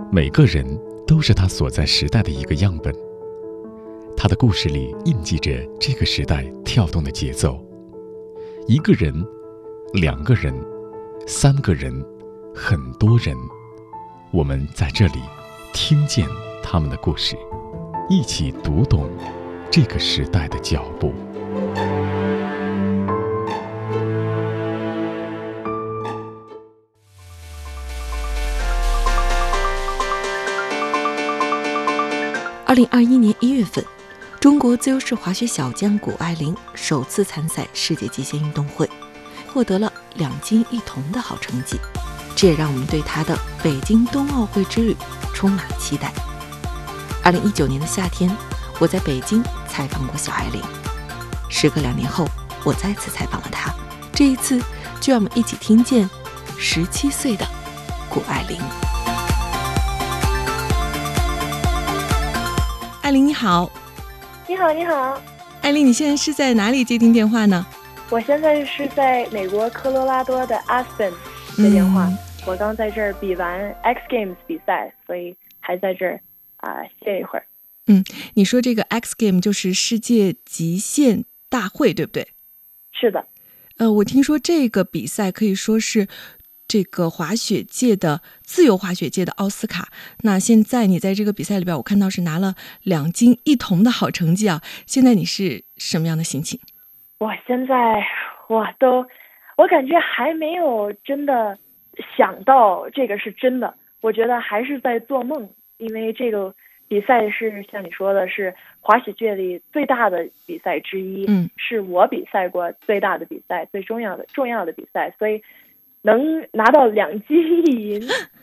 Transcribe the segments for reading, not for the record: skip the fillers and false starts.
每个人都是他所在时代的一个样本，他的故事里印记着这个时代跳动的节奏。一个人，两个人，三个人，很多人，我们在这里听见他们的故事，一起读懂这个时代的脚步。 2021年1月份，中国自由式滑雪小将谷爱凌首次参赛世界极限运动会，获得了2金1铜的好成绩，这也让我们对她的北京冬奥会之旅充满期待。2019年的夏天，我在北京采访过小爱凌，时隔2年后，我再次采访了她，这一次就让我们一起听见17岁的谷爱凌。爱凌你好。 你好，你好。 爱凌，你现在是在哪里接听电话呢？ 我现在是在美国科罗拉多的 Aspen 接电话。我刚在这儿比完 X Games 比赛，所以还在这儿歇一会儿。 你说这个 X Game 就是世界极限大会，对不对？ 是的。 我听说这个比赛可以说是这个滑雪界的自由滑雪界的奥斯卡。那现在你在这个比赛里边，我看到是拿了2金1铜的好成绩啊。现在你是什么样的心情？ 我现在我感觉还没有真的想到这个是真的，我觉得还是在做梦。因为这个比赛是像你说的，是滑雪界里最大的比赛之一，是我比赛过最大的比赛，最重要的比赛，所以能拿到2金1银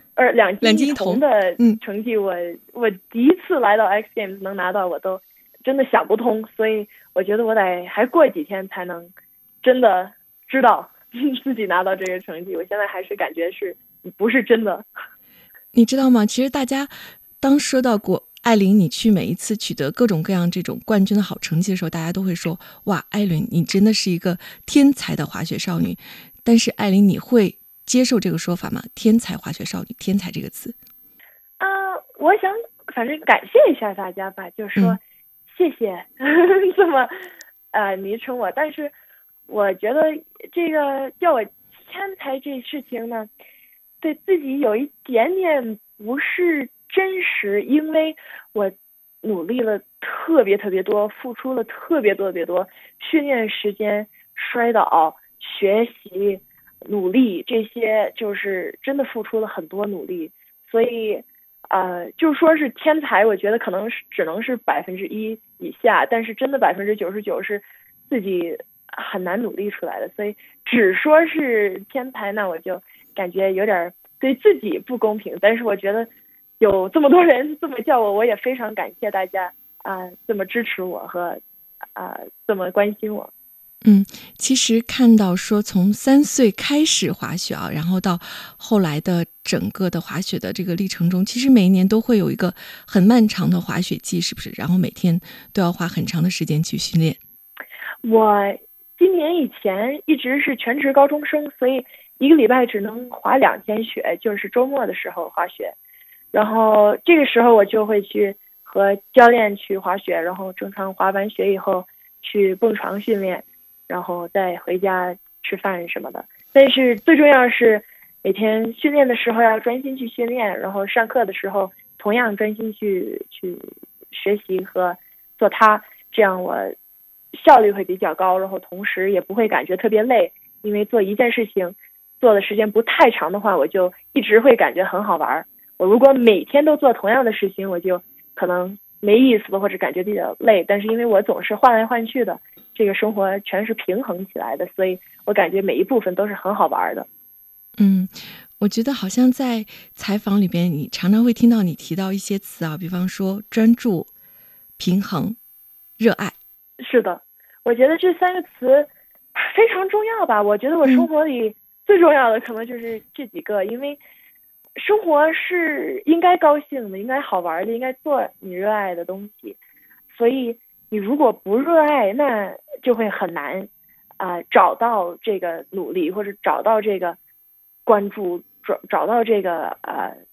2金1铜的成绩，我第一次来到 X Games 能拿到，我都真的想不通，所以我觉得我得还过几天才能真的知道自己拿到这个成绩。我现在还是感觉是不是真的。 你知道吗？其实大家当说到过爱凌你去每一次取得各种各样这种冠军的好成绩的时候，大家都会说，哇，爱凌你真的是一个天才的滑雪少女。但是爱凌，你会接受这个说法吗？天才滑雪少女，天才这个词我想反正感谢一下大家吧，就是说谢谢这么昵称我。但是我觉得这个叫我天才这事情呢，对自己有一点点不是真实，因为我努力了特别多，付出了特别多训练时间，摔倒学习努力，这些就是真的付出了很多努力。所以就说是天才，我觉得可能只能是1%以下，但是真的99%是自己很难努力出来的。所以只说是天才，那我就感觉有点对自己不公平。但是我觉得有这么多人这么叫我，我也非常感谢大家这么支持我和这么关心我。 其实看到说从3岁开始滑雪然后到后来的整个的滑雪的这个历程中，其实每一年都会有一个很漫长的滑雪季，是不是？然后每天都要花很长的时间去训练。 我今年以前一直是全职高中生，所以1个礼拜只能滑2天雪，就是周末的时候滑雪。然后这个时候我就会去和教练去滑雪，然后正常滑完雪以后去蹦床训练，然后再回家吃饭什么的。但是最重要的是每天训练的时候要专心去训练，然后上课的时候同样专心去学习和做它，这样我效率会比较高，然后同时也不会感觉特别累。因为做一件事情做的时间不太长的话，我就一直会感觉很好玩。我如果每天都做同样的事情，我就可能没意思的，或者感觉比较累。但是因为我总是换来换去的，这个生活全是平衡起来的，所以我感觉每一部分都是很好玩的。 我觉得好像在采访里边，你常常会听到你提到一些词比方说专注、平衡、热爱。 是的，我觉得这3个词非常重要吧。我觉得我生活里最重要的可能就是这几个，因为生活是应该高兴的，应该好玩的，应该做你热爱的东西。所以你如果不热爱，那就会很难找到这个努力，或者找到这个关注，找到这个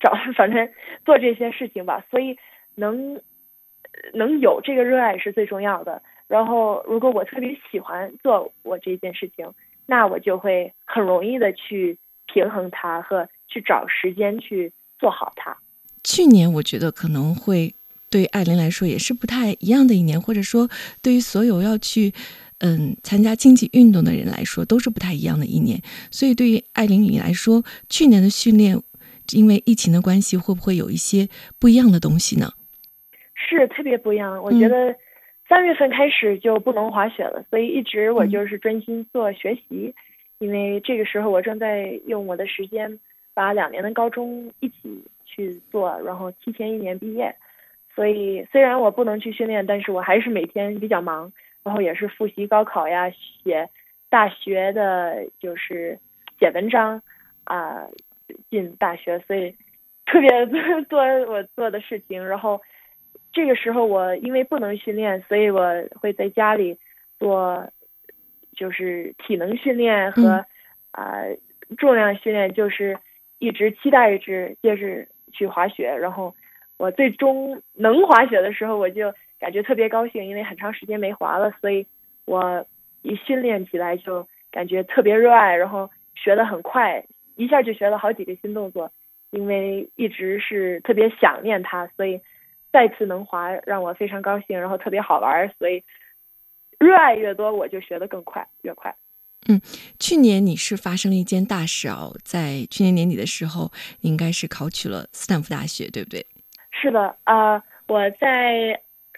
反正做这些事情吧。所以能有这个热爱是最重要的。然后如果我特别喜欢做我这件事情，那我就会很容易的去平衡它和去找时间去做好它。 去年我觉得可能会对艾琳来说也是不太一样的一年，或者说对于所有要去参加竞技运动的人来说都是不太一样的一年。所以对于艾琳你来说，去年的训练因为疫情的关系会不会有一些不一样的东西呢？ 是特别不一样。我觉得3月份开始就不能滑雪了，所以一直我就是专心做学习。因为这个时候我正在用我的时间把2年的高中一起去做，然后提前1年毕业。所以虽然我不能去训练，但是我还是每天比较忙，然后也是复习高考呀，写大学的就是写文章进大学，所以特别多我做的事情。然后这个时候我因为不能训练，所以我会在家里做就是体能训练和重量训练，就是一直期待着接着去滑雪。然后我最终能滑雪的时候，我就感觉特别高兴，因为很长时间没滑了，所以我一训练起来就感觉特别热爱，然后学得很快，一下就学了好几个新动作。因为一直是特别想念它，所以再次能滑让我非常高兴，然后特别好玩，所以热爱越多，我就学得更快，越快。 去年你是发生了一件大事在去年年底的时候，你应该是考取了斯坦福大学，对不对？ 是的，我在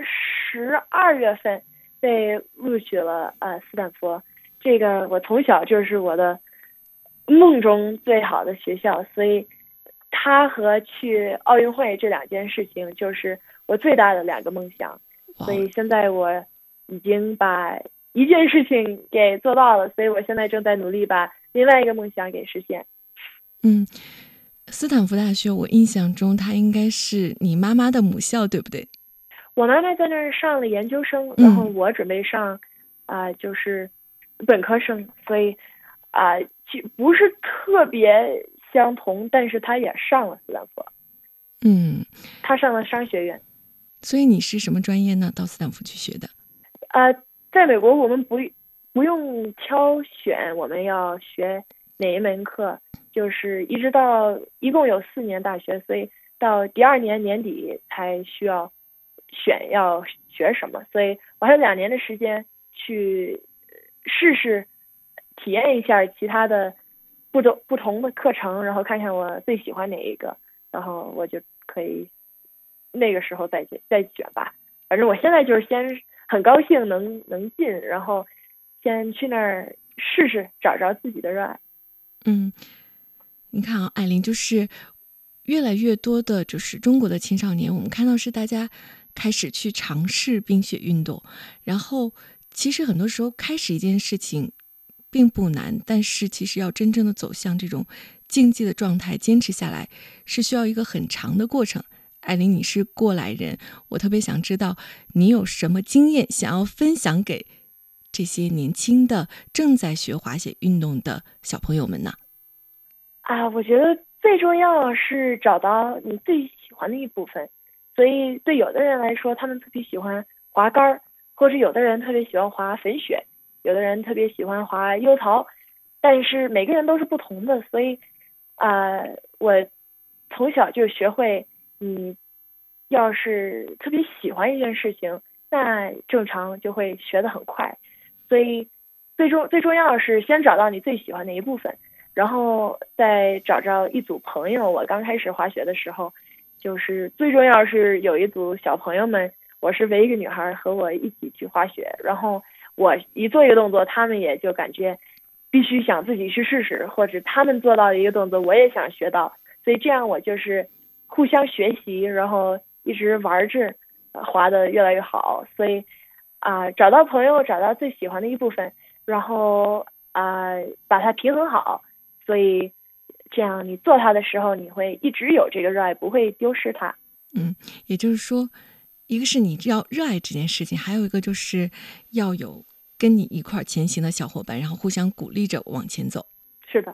12月份被录取了斯坦福。这个我从小就是我的梦中最好的学校，所以它和去奥运会这2件事情就是我最大的2个梦想。所以现在我已经把一件事情给做到了，所以我现在正在努力把另外一个梦想给实现。 斯坦福大学我印象中它应该是你妈妈的母校，对不对？ 我妈妈在那儿上了研究生，然后我准备上就是本科生，所以不是特别相同，但是她也上了斯坦福。她上了商学院。 所以你是什么专业呢？到斯坦福去学的？ 在美国我们不用挑选我们要学哪一门课，就是一共有4年大学，所以到第2年年底才需要选要学什么。所以我还有2年的时间去试试体验一下其他的不同的课程，然后看看我最喜欢哪一个，然后我就可以那个时候再选吧。反正我现在就是先很高兴能进，然后先去那儿试试，找着自己的热爱。 你看艾琳，就是越来越多的就是中国的青少年，我们看到是大家开始去尝试冰雪运动，然后其实很多时候开始一件事情并不难，但是其实要真正的走向这种竞技的状态，坚持下来是需要一个很长的过程。艾琳，你是过来人，我特别想知道你有什么经验想要分享给这些年轻的正在学滑雪运动的小朋友们呢？ 我觉得最重要是找到你最喜欢的一部分。所以对有的人来说，他们特别喜欢滑杆，或者有的人特别喜欢滑粉雪，有的人特别喜欢滑优槽，但是每个人都是不同的。所以我从小就学会，你要是特别喜欢一件事情，那正常就会学得很快。所以最重要的是先找到你最喜欢的一部分，然后再找着一组朋友。我刚开始滑雪的时候，就是最重要是有一组小朋友们，我是唯一一个女孩，和我一起去滑雪，然后我一做一个动作，他们也就感觉必须想自己去试试，或者他们做到一个动作，我也想学到。所以这样我就是互相学习，然后一直玩着，滑得越来越好。所以找到朋友，找到最喜欢的一部分，然后把它平衡好。所以这样你做它的时候，你会一直有这个热爱，不会丢失它。 也就是说，一个是你要热爱这件事情，还有一个就是要有跟你一块前行的小伙伴，然后互相鼓励着往前走。 是的。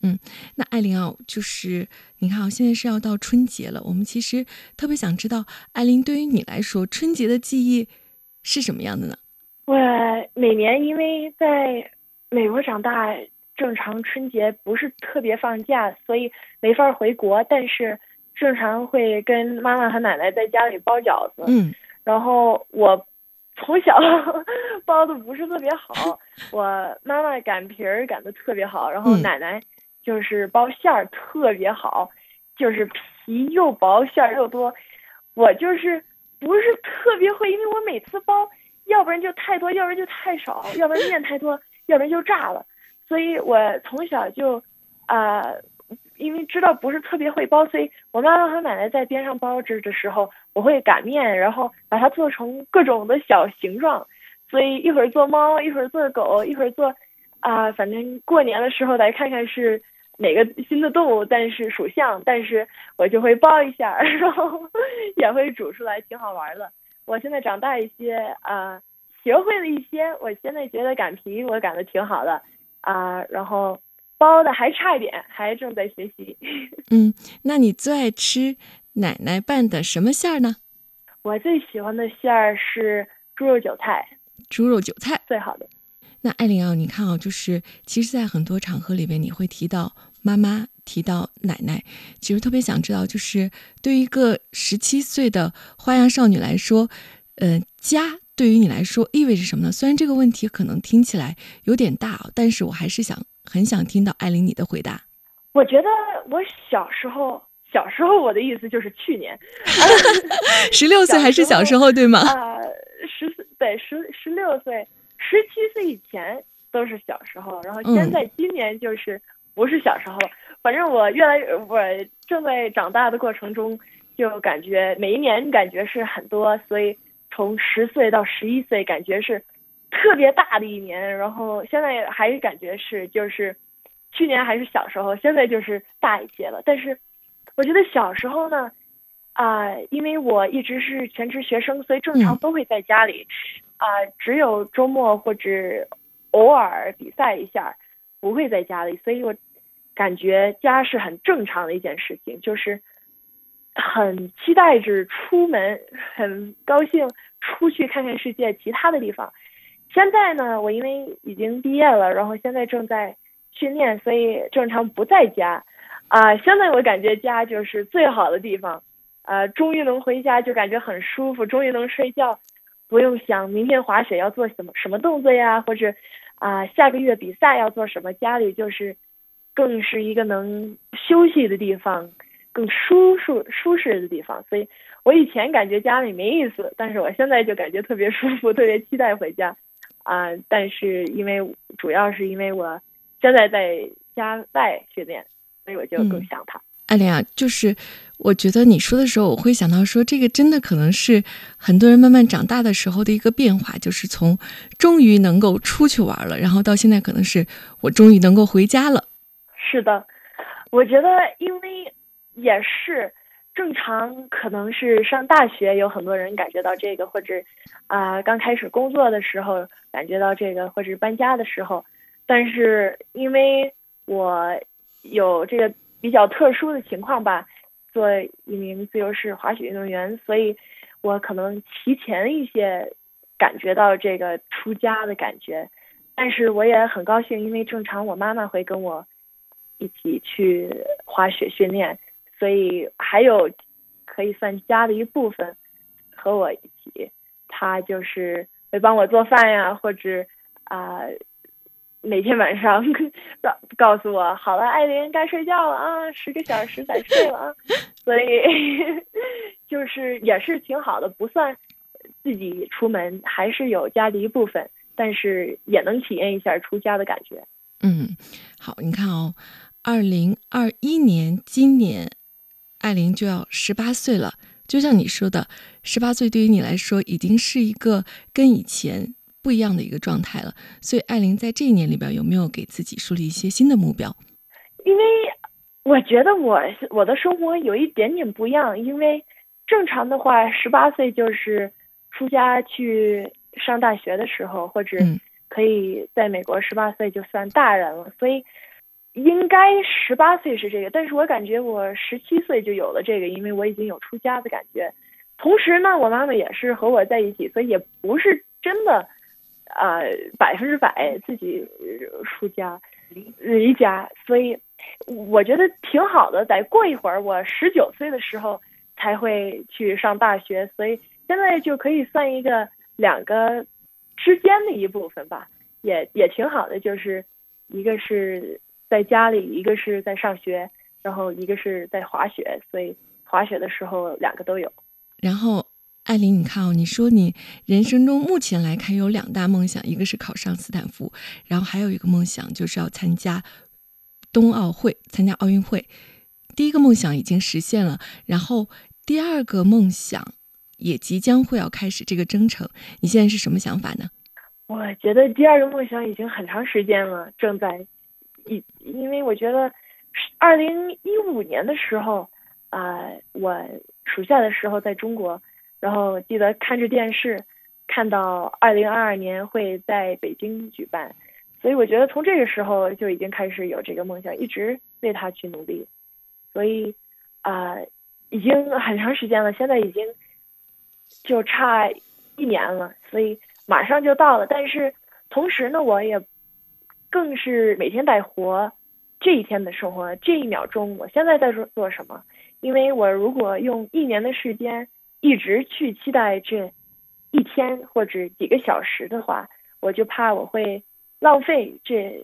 那艾琳啊，就是你看啊，现在是要到春节了，我们其实特别想知道，艾琳对于你来说，春节的记忆是什么样的呢？ 我每年因为在美国长大，正常春节不是特别放假，所以没法回国。但是正常会跟妈妈和奶奶在家里包饺子。然后我从小包的不是特别好，我妈妈擀皮儿擀的特别好，然后奶奶就是包馅儿特别好，就是皮又薄馅儿又多。我就是不是特别会，因为我每次包，要不然就太多，要不然就太少，要不然面太多，要不然就炸了。所以我从小就因为知道不是特别会包，所以我妈妈和奶奶在边上包着的时候，我会擀面，然后把它做成各种的小形状。所以一会儿做猫，一会儿做狗，一会儿做反正过年的时候来看看是哪个新的动物，但是属相，但是我就会包一下，然后也会煮出来，挺好玩的。我现在长大一些学会了一些，我现在觉得擀皮我擀的挺好的然后包的还差一点，还正在学习。 那你最爱吃奶奶拌的什么馅儿呢？ 我最喜欢的馅儿是猪肉韭菜。 猪肉韭菜最好的。 那艾琳啊，你看啊，就是其实在很多场合里边，你会提到妈妈，提到奶奶，其实特别想知道，就是对于一个17岁的花样少女来说，家对于你来说意味着什么呢？虽然这个问题可能听起来有点大，但是我还是很想听到艾琳你的回答。 我觉得我小时候我的意思就是去年 16岁还是小时候对吗 ？16岁17岁以前都是小时候，然后现在今年就是不是小时候。反正我正在长大的过程中，就感觉每一年感觉是很多，所以从10岁到11岁感觉是特别大的一年，然后现在还是感觉是就是去年还是小时候，现在就是大一些了。但是我觉得小时候呢因为我一直是全职学生，所以正常都会在家里只有周末或者偶尔比赛一下不会在家里，所以我感觉家是很正常的一件事情，就是很期待着出门，很高兴出去看看世界其他的地方。现在呢，我因为已经毕业了，然后现在正在训练，所以正常不在家现在我感觉家就是最好的地方终于能回家，就感觉很舒服，终于能睡觉，不用想明天滑雪要做什么动作呀，或者下个月比赛要做什么，家里就是更是一个能休息的地方，更舒适的地方。所以我以前感觉家里没意思，但是我现在就感觉特别舒服，特别期待回家但是主要是因为我现在在家外训练，所以我就更想他。 艾琳啊，就是我觉得你说的时候，我会想到说，这个真的可能是很多人慢慢长大的时候的一个变化，就是从终于能够出去玩了，然后到现在可能是我终于能够回家了。 是的，我觉得因为也是正常，可能是上大学有很多人感觉到这个，或者刚开始工作的时候感觉到这个，或者搬家的时候。但是因为我有这个比较特殊的情况吧，做一名自由式滑雪运动员，所以我可能提前一些感觉到这个出家的感觉。但是我也很高兴，因为正常我妈妈会跟我一起去滑雪训练，所以还有可以算家的一部分和我一起，她就是会帮我做饭呀，或者每天晚上告诉我好了，艾琳该睡觉了10个小时得睡了所以就是也是挺好的，不算自己出门，还是有家的一部分，但是也能体验一下出家的感觉。 好，你看2021年今年艾琳就要18岁了，就像你说的，18岁对于你来说已经是一个跟以前不一样的一个状态了。所以艾琳在这一年里边有没有给自己树立一些新的目标？ 因为我觉得我的生活有一点点不一样，因为正常的话18岁就是出家去上大学的时候，或者可以在美国18岁就算大人了，所以应该18岁是这个，但是我感觉我17岁就有了这个，因为我已经有出家的感觉。同时呢，我妈妈也是和我在一起，所以也不是真的100%自己出家离家，所以我觉得挺好的。再过一会儿，我19岁的时候才会去上大学，所以现在就可以算一个两个之间的一部分吧，也挺好的。就是一个是在家里，一个是在上学，然后一个是在滑雪，所以滑雪的时候两个都有。 然后艾琳，你看你说你人生中目前来看有2大梦想，一个是考上斯坦福，然后还有一个梦想就是要参加冬奥会，参加奥运会。第一个梦想已经实现了，然后第二个梦想也即将会要开始这个征程，你现在是什么想法呢？ 我觉得第二个梦想已经很长时间了，因为我觉得2015年的时候我暑假的时候在中国，然后记得看着电视看到2022年会在北京举办，所以我觉得从这个时候就已经开始有这个梦想，一直为它去努力，所以已经很长时间了，现在已经就差1年了，所以马上就到了。但是同时呢，我也更是每天在活这一天的生活，这一秒钟我现在在做什么。因为我如果用1年的时间一直去期待这一天或者几个小时的话，我就怕我会浪费这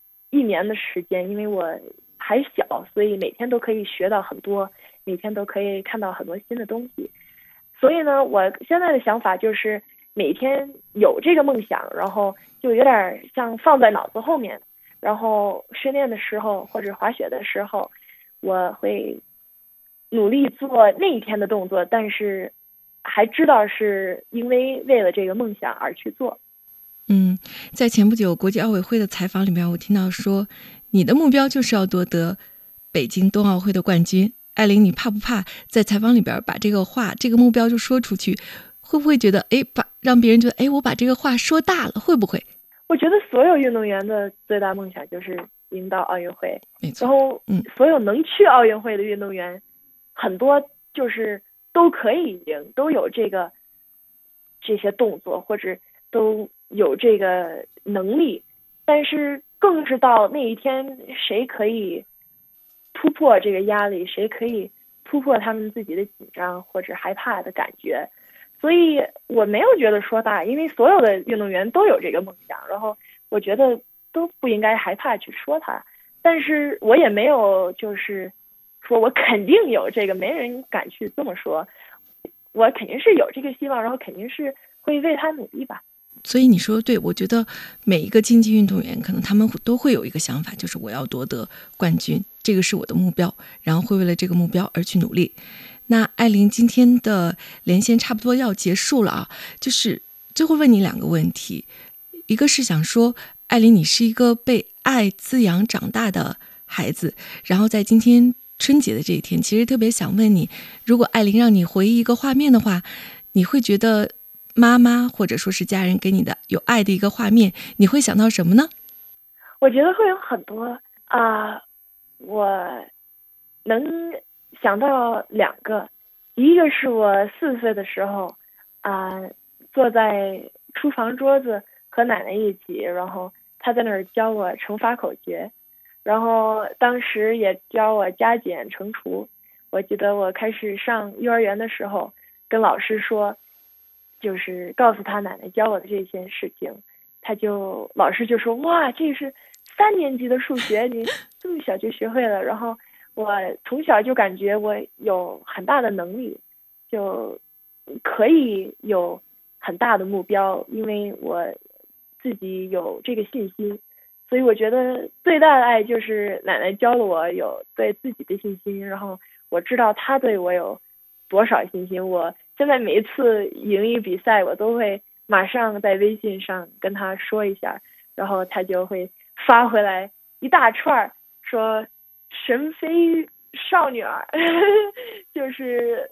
1年的时间。因为我还小，所以每天都可以学到很多，每天都可以看到很多新的东西。所以呢，我现在的想法就是每天有这个梦想，然后就有点像放在脑子后面，然后训练的时候或者滑雪的时候，我会努力做那一天的动作，但是还知道是因为为了这个梦想而去做。 在前不久国际奥委会的采访里面，我听到说你的目标就是要夺得北京冬奥会的冠军。艾琳，你怕不怕在采访里边把这个话这个目标就说出去，会不会觉得让别人觉得我把这个话说大了，会不会？ 我觉得所有运动员的最大梦想就是赢到奥运会， 没错。 然后所有能去奥运会的运动员很多就是都可以赢，都有这些动作或者都有这个能力，但是更是到那一天谁可以突破这个压力，谁可以突破他们自己的紧张或者害怕的感觉。所以我没有觉得说大，因为所有的运动员都有这个梦想，然后我觉得都不应该害怕去说它。但是我也没有就是说我肯定有这个，没人敢去这么说。我肯定是有这个希望，然后肯定是会为他努力吧。 所以你说的对，我觉得每一个竞技运动员可能他们都会有一个想法，就是我要夺得冠军，这个是我的目标，然后会为了这个目标而去努力。那艾琳，今天的连线差不多要结束了啊，就是最后问你2个问题，一个是想说，艾琳，你是一个被爱滋养长大的孩子，然后在今天春节的这一天，其实特别想问你，如果艾琳让你回忆一个画面的话，你会觉得妈妈或者说是家人给你的有爱的一个画面，你会想到什么呢？ 我觉得会有很多我能想到2个，一个是我4岁的时候坐在厨房桌子和奶奶一起，然后她在那儿教我乘法口诀，然后当时也教我加减乘除。我记得我开始上幼儿园的时候跟老师说，就是告诉他奶奶教我的这些事情，老师就说，哇，这是3年级的数学，你这么小就学会了。然后我从小就感觉我有很大的能力，就可以有很大的目标，因为我自己有这个信心。所以我觉得最大的爱就是奶奶教了我有对自己的信心，然后我知道她对我有多少信心。我现在每一次赢一比赛，我都会马上在微信上跟她说一下，然后她就会发回来一大串说神飞少女儿就是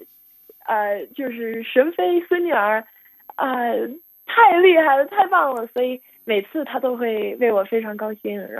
神飞孙女儿太厉害了，太棒了。所以每次她都会为我非常高兴，然后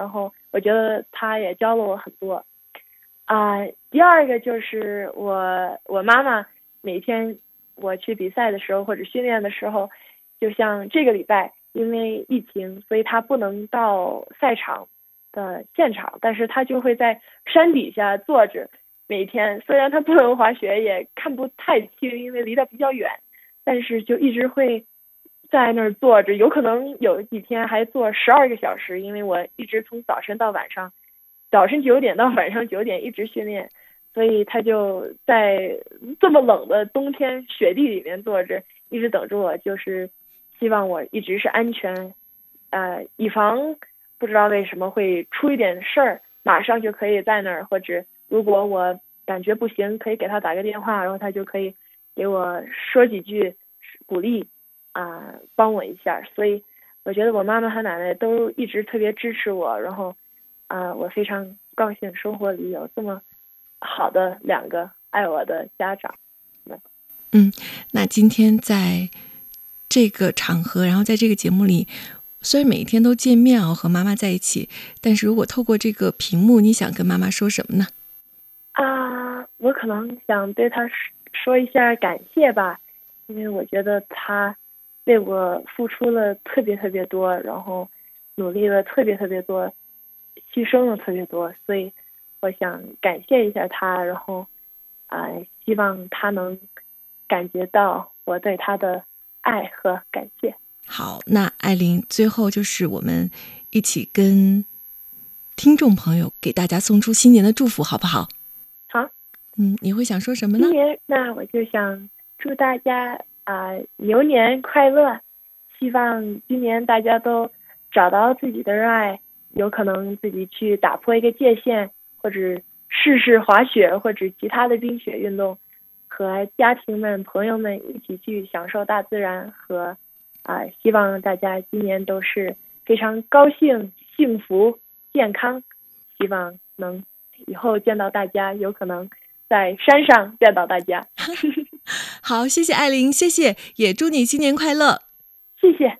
我觉得他也教了我很多。第二个就是我妈妈每天我去比赛的时候或者训练的时候，就像这个礼拜因为疫情，所以她不能到赛场的现场，但是她就会在山底下坐着，每天虽然她不能滑雪，也看不太清，因为离得比较远，但是就一直会在那儿坐着，有可能有几天还坐12个小时，因为我一直从早晨到晚上，早晨9点到晚上9点一直训练，所以他就在这么冷的冬天雪地里面坐着，一直等着我，就是希望我一直是安全，以防不知道为什么会出一点事儿，马上就可以在那儿，或者如果我感觉不行，可以给他打个电话，然后他就可以给我说几句鼓励，帮我一下。所以我觉得我妈妈和奶奶都一直特别支持我，然后我非常高兴生活里有这么好的2个爱我的家长。 那今天在这个场合，然后在这个节目里，虽然每一天都见面和妈妈在一起，但是如果透过这个屏幕，你想跟妈妈说什么呢？ 我可能想对她说一下感谢吧，因为我觉得她为我付出了特别特别多，然后努力了特别特别多，牺牲了特别多，所以我想感谢一下她，然后希望她能感觉到我对她的爱和感谢。 好，那艾琳，最后就是我们一起跟听众朋友给大家送出新年的祝福，好不好？ 好。 你会想说什么呢？ 今年那我就想祝大家牛年快乐，希望今年大家都找到自己的热爱，有可能自己去打破一个界限，或者试试滑雪或者其他的冰雪运动，和家庭们朋友们一起去享受大自然，和希望大家今年都是非常高兴幸福健康，希望能以后见到大家，有可能在山上见到大家。 好，谢谢艾琳，谢谢，也祝你新年快乐。 谢谢。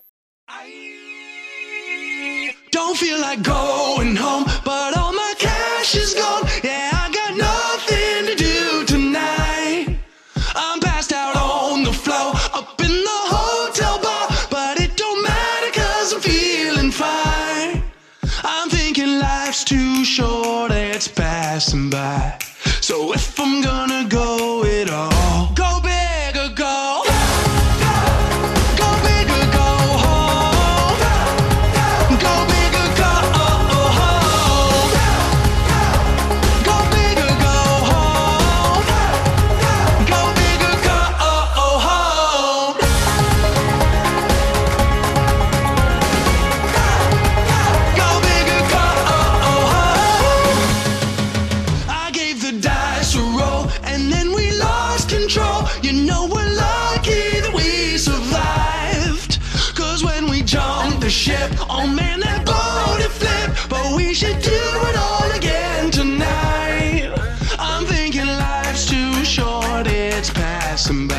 Don't feel like going home, but all my cash is gone. Yeah, I got nothing to do tonight. I'm passed out on the floor, up in the hotel bar, but it don't matter 'cause I'm feeling fine. I'm thinking life's too short, it's passing by. So if I'm gonna go it all, go big or go. Go big or go home. Go big or go home. Go big or go home. Go big or go home. Go big or go home. I gave the dice a roll and then we lost control. You know we're lucky that we survived. 'Cause when we jumped the ship, oh man, that boat it flipped. But we should do it all again tonight. I'm thinking life's too short, it's passing by.